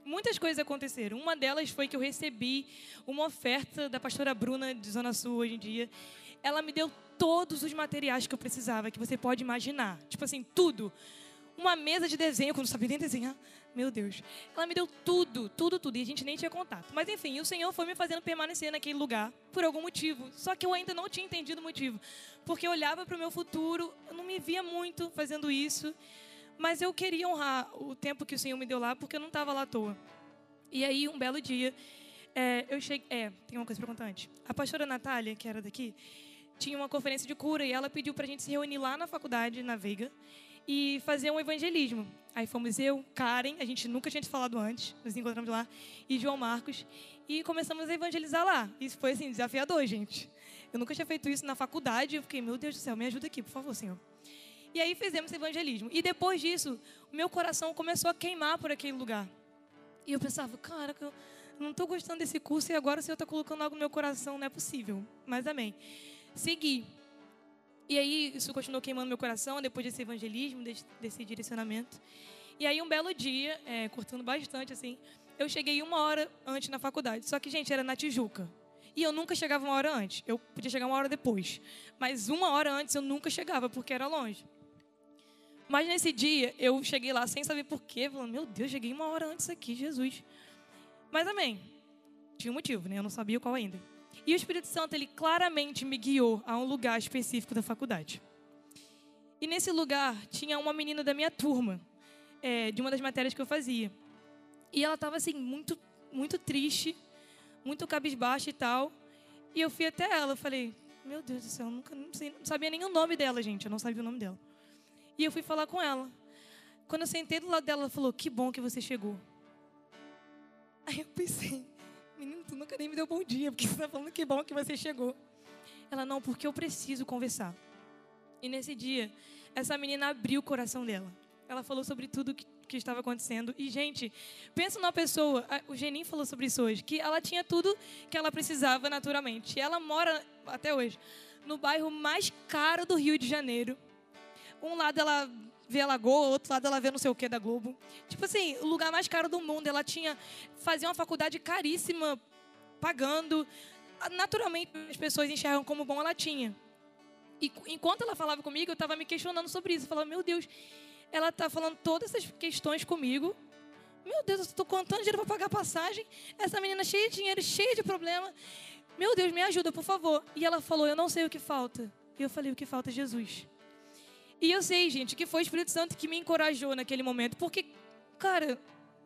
muitas coisas aconteceram. Uma delas foi que eu recebi uma oferta da pastora Bruna, de Zona Sul, hoje em dia. Ela me deu todos os materiais que eu precisava, que você pode imaginar. Tipo assim, tudo. Uma mesa de desenho, que eu não sabia nem desenhar. Meu Deus. Ela me deu tudo, tudo, tudo. E a gente nem tinha contato. Mas enfim, o Senhor foi me fazendo permanecer naquele lugar por algum motivo. Só que eu ainda não tinha entendido o motivo. Porque eu olhava para o meu futuro, eu não me via muito fazendo isso. Mas eu queria honrar o tempo que o Senhor me deu lá, porque eu não estava lá à toa. E aí, um belo dia, eu cheguei... tem uma coisa para contar antes. A pastora Natália, que era daqui, tinha uma conferência de cura e ela pediu para a gente se reunir lá na faculdade, na Veiga, e fazer um evangelismo. Aí fomos eu, Karen, a gente nunca tinha te falado antes, nos encontramos lá, e João Marcos, e começamos a evangelizar lá. Isso foi, assim, desafiador, gente. Eu nunca tinha feito isso na faculdade, eu fiquei, meu Deus do céu, me ajuda aqui, por favor, Senhor. E aí fizemos evangelismo. E depois disso, o meu coração começou a queimar por aquele lugar. E eu pensava, cara, eu não estou gostando desse curso e agora o Senhor está colocando algo no meu coração, não é possível. Mas amém. Segui. E aí isso continuou queimando meu coração depois desse evangelismo, desse direcionamento. E aí um belo dia, cortando bastante assim, eu cheguei 1 hora antes na faculdade. Só que, gente, era na Tijuca. E eu nunca chegava 1 hora antes. Eu podia chegar 1 hora depois. Mas 1 hora antes eu nunca chegava, porque era longe. Mas nesse dia, eu cheguei lá sem saber porquê. Falando, meu Deus, cheguei 1 hora antes aqui, Jesus. Mas amém. Tinha um motivo, né? Eu não sabia qual ainda. E o Espírito Santo, ele claramente me guiou a um lugar específico da faculdade. E nesse lugar, tinha uma menina da minha turma, de uma das matérias que eu fazia. E ela estava, assim, muito, muito triste, muito cabisbaixa e tal. E eu fui até ela, eu falei, meu Deus do céu, não sabia nem o nome dela, gente. Eu não sabia o nome dela. E eu fui falar com ela. Quando eu sentei do lado dela, ela falou, que bom que você chegou. Aí eu pensei, menino, tu nunca nem me deu bom dia, porque você está falando que bom que você chegou. Ela, não, porque eu preciso conversar. E nesse dia, essa menina abriu o coração dela. Ela falou sobre tudo que estava acontecendo. E, gente, pensa numa pessoa, o Geninho falou sobre isso hoje, que ela tinha tudo que ela precisava naturalmente. E ela mora, até hoje, no bairro mais caro do Rio de Janeiro. Um lado ela vê a Lagoa, outro lado ela vê não sei o que da Globo. Tipo assim, o lugar mais caro do mundo. Ela fazia uma faculdade caríssima, pagando. Naturalmente, as pessoas enxergam como bom ela tinha. E enquanto ela falava comigo, eu estava me questionando sobre isso. Eu falava, meu Deus, ela está falando todas essas questões comigo. Meu Deus, eu estou contando dinheiro para pagar passagem. Essa menina cheia de dinheiro, cheia de problema. Meu Deus, me ajuda, por favor. E ela falou, eu não sei o que falta. E eu falei, o que falta é Jesus. E eu sei, gente, que foi o Espírito Santo que me encorajou naquele momento. Porque, cara,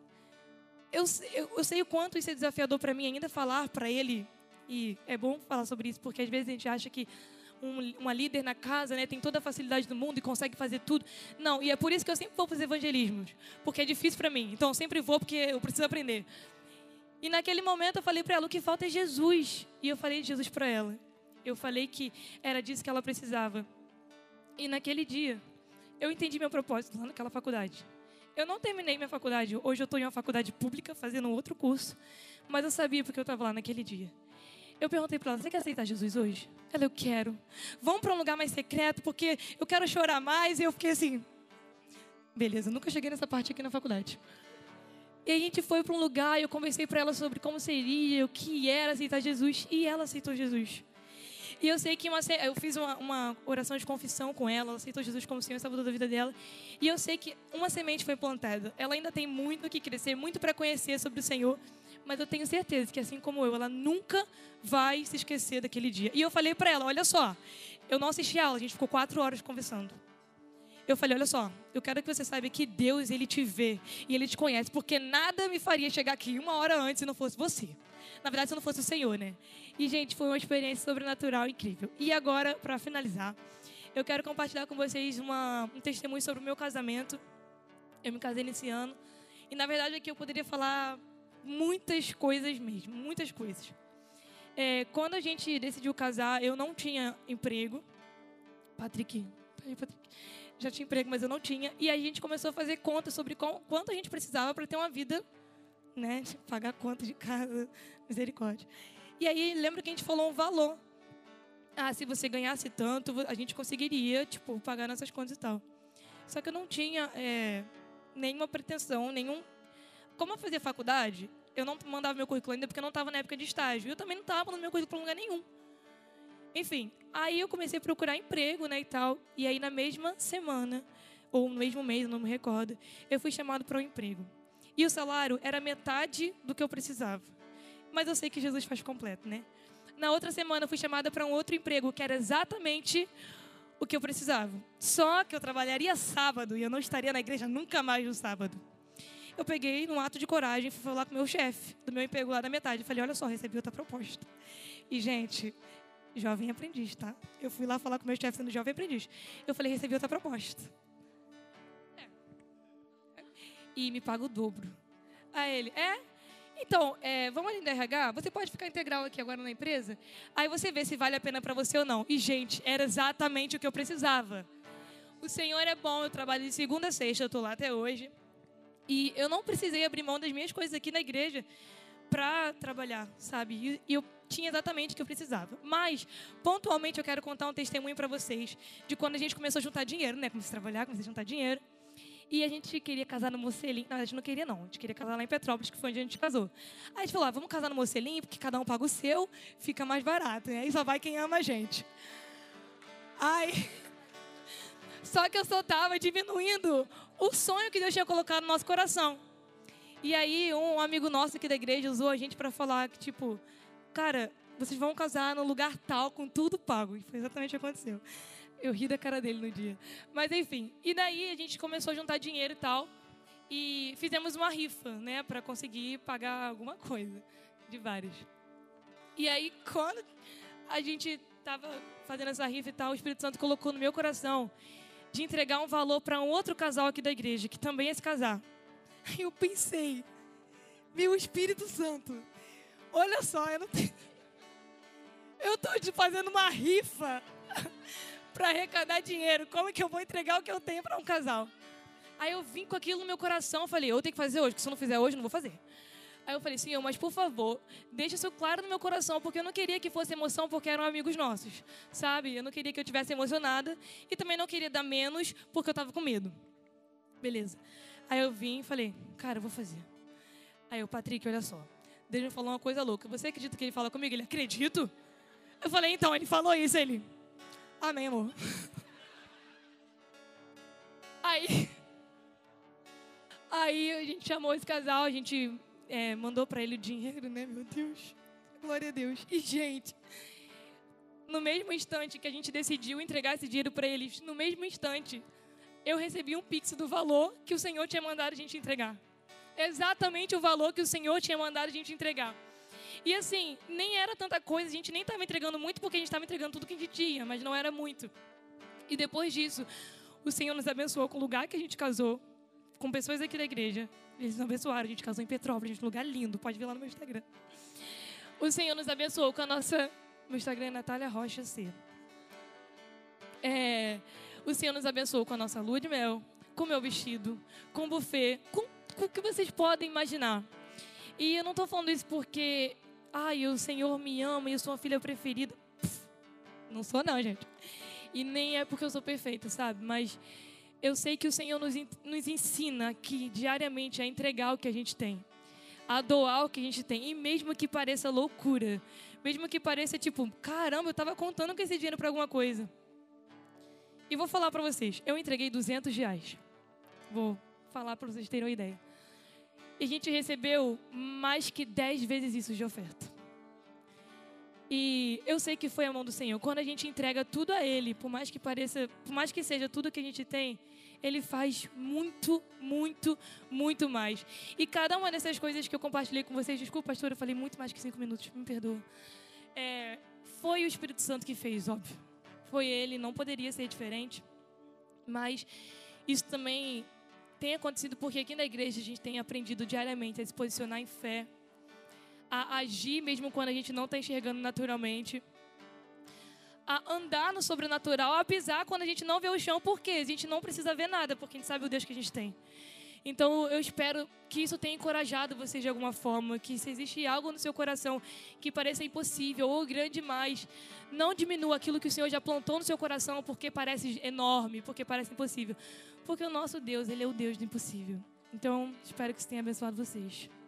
eu sei o quanto isso é desafiador para mim ainda falar para ele. E é bom falar sobre isso, porque às vezes a gente acha que uma líder na casa, né, tem toda a facilidade do mundo e consegue fazer tudo. Não, e é por isso que eu sempre vou para os evangelismos. Porque é difícil para mim. Então eu sempre vou porque eu preciso aprender. E naquele momento eu falei para ela, o que falta é Jesus. E eu falei de Jesus para ela. Eu falei que era disso que ela precisava. E naquele dia, eu entendi meu propósito lá naquela faculdade. Eu não terminei minha faculdade. Hoje eu estou em uma faculdade pública, fazendo outro curso. Mas eu sabia porque eu estava lá naquele dia. Eu perguntei para ela, você quer aceitar Jesus hoje? Ela, eu quero. Vamos para um lugar mais secreto, porque eu quero chorar mais. E eu fiquei assim, beleza, nunca cheguei nessa parte aqui na faculdade. E a gente foi para um lugar e eu conversei para ela sobre como seria, o que era aceitar Jesus. E ela aceitou Jesus. E eu sei que eu fiz uma oração de confissão com ela aceitou Jesus como Senhor e Salvador da vida dela. E eu sei que uma semente foi plantada. Ela ainda tem muito que crescer, muito para conhecer sobre o Senhor. Mas eu tenho certeza que, assim como eu, ela nunca vai se esquecer daquele dia. E eu falei para ela, olha só, eu não assisti a aula, a gente ficou 4 horas conversando. Eu falei, olha só, eu quero que você saiba que Deus, Ele te vê e Ele te conhece. Porque nada me faria chegar aqui 1 hora antes se não fosse você. Na verdade, se não fosse o Senhor, né? E, gente, foi uma experiência sobrenatural incrível. E agora, para finalizar, eu quero compartilhar com vocês um testemunho sobre o meu casamento. Eu me casei nesse ano. E, na verdade, aqui eu poderia falar muitas coisas mesmo, muitas coisas. Quando a gente decidiu casar, eu não tinha emprego. Patrick. Já tinha emprego, mas eu não tinha. E a gente começou a fazer contas sobre quanto a gente precisava para ter uma vida, né? Pagar conta de casa, misericórdia. E aí, lembra que a gente falou um valor. Se você ganhasse tanto, a gente conseguiria, pagar nossas contas e tal. Só que eu não tinha nenhuma pretensão, como eu fazia faculdade, eu não mandava meu currículo ainda porque eu não estava na época de estágio. Eu também não estava mandando meu currículo para lugar nenhum. Enfim, aí eu comecei a procurar emprego, né, e tal. E aí, na mesma semana, ou no mesmo mês, não me recordo, eu fui chamado para um emprego. E o salário era metade do que eu precisava. Mas eu sei que Jesus faz completo, né? Na outra semana, eu fui chamada para um outro emprego, que era exatamente o que eu precisava. Só que eu trabalharia sábado e eu não estaria na igreja nunca mais no sábado. Eu peguei, num ato de coragem, fui falar com o meu chefe do meu emprego lá da metade. Falei, olha só, recebi outra proposta. E, gente, jovem aprendiz, tá? Eu fui lá falar com o meu chefe sendo jovem aprendiz. Eu falei, recebi outra proposta. E me paga o dobro. Aí ele, então, vamos ali no RH? Você pode ficar integral aqui agora na empresa? Aí você vê se vale a pena para você ou não. E, gente, era exatamente o que eu precisava. O Senhor é bom, eu trabalho de segunda a sexta, eu estou lá até hoje. E eu não precisei abrir mão das minhas coisas aqui na igreja para trabalhar, sabe? E eu tinha exatamente o que eu precisava. Mas, pontualmente, eu quero contar um testemunho para vocês de quando a gente começou a juntar dinheiro, né? Comecei a trabalhar, comecei a juntar dinheiro. E a gente queria casar no Mocelim. Não, a gente não queria, não. A gente queria casar lá em Petrópolis, que foi onde a gente casou. Aí a gente falou, vamos casar no Mocelim, porque cada um paga o seu, fica mais barato. E aí só vai quem ama a gente. Só que eu só estava diminuindo o sonho que Deus tinha colocado no nosso coração. E aí um amigo nosso aqui da igreja usou a gente para falar que, tipo, cara, vocês vão casar no lugar tal, com tudo pago. E foi exatamente o que aconteceu. Eu ri da cara dele no dia. Mas, enfim. E daí a gente começou a juntar dinheiro e tal. E fizemos uma rifa, né? Para conseguir pagar alguma coisa. De várias. E aí, quando a gente estava fazendo essa rifa e tal, o Espírito Santo colocou no meu coração de entregar um valor para um outro casal aqui da igreja, que também ia se casar. Aí eu pensei, meu Espírito Santo, olha só, eu estou fazendo uma rifa para arrecadar dinheiro. Como é que eu vou entregar o que eu tenho para um casal? Aí eu vim com aquilo no meu coração, falei, eu tenho que fazer hoje, porque se eu não fizer hoje, eu não vou fazer. Aí eu falei, Senhor, mas por favor, deixa isso claro no meu coração, porque eu não queria que fosse emoção, porque eram amigos nossos, sabe? Eu não queria que eu tivesse emocionada e também não queria dar menos, porque eu estava com medo. Beleza. Aí eu vim e falei, cara, eu vou fazer. Aí o Patrick, olha só, Deus me falou uma coisa louca. Você acredita que ele fala comigo? Ele, acredito. Eu falei, então, ele falou isso, ele... Amém, amor. Aí a gente chamou esse casal, a gente mandou pra ele o dinheiro, né? Meu Deus, glória a Deus. E, gente, no mesmo instante que a gente decidiu entregar esse dinheiro pra eles, no mesmo instante, eu recebi um pix do valor que o Senhor tinha mandado a gente entregar. Exatamente o valor que o Senhor tinha mandado a gente entregar. E assim, nem era tanta coisa, a gente nem estava entregando muito, porque a gente estava entregando tudo que a gente tinha, mas não era muito. E depois disso, o Senhor nos abençoou com o lugar que a gente casou, com pessoas aqui da igreja. Eles nos abençoaram, a gente casou em Petrópolis, um lugar lindo, pode ver lá no meu Instagram. O Senhor nos abençoou com a nossa... Meu Instagram é Natália Rocha C. O Senhor nos abençoou com a nossa lua de mel, com o meu vestido, com o buffet, com o que vocês podem imaginar. E eu não estou falando isso porque... o Senhor me ama e eu sou uma filha preferida. Não sou não, gente. E nem é porque eu sou perfeita, sabe? Mas eu sei que o Senhor nos ensina aqui diariamente a entregar o que a gente tem. A doar o que a gente tem. E mesmo que pareça loucura. Mesmo que pareça tipo, caramba, eu estava contando com esse dinheiro para alguma coisa. E vou falar para vocês. Eu entreguei R$200. Vou falar para vocês terem uma ideia. E a gente recebeu mais que 10 vezes isso de oferta. E eu sei que foi a mão do Senhor. Quando a gente entrega tudo a Ele, por mais que pareça, por mais que seja tudo que a gente tem, Ele faz muito, muito, muito mais. E cada uma dessas coisas que eu compartilhei com vocês, desculpa, pastor, eu falei muito mais que 5 minutos, me perdoa. Foi o Espírito Santo que fez, óbvio. Foi Ele, não poderia ser diferente. Mas isso também tem acontecido porque aqui na igreja a gente tem aprendido diariamente a se posicionar em fé, a agir mesmo quando a gente não está enxergando naturalmente, a andar no sobrenatural, a pisar quando a gente não vê o chão, porque a gente não precisa ver nada, porque a gente sabe o Deus que a gente tem. Então eu espero que isso tenha encorajado vocês de alguma forma, que se existe algo no seu coração que pareça impossível ou grande demais, não diminua aquilo que o Senhor já plantou no seu coração porque parece enorme, porque parece impossível. Porque o nosso Deus, Ele é o Deus do impossível. Então, espero que isso tenha abençoado vocês.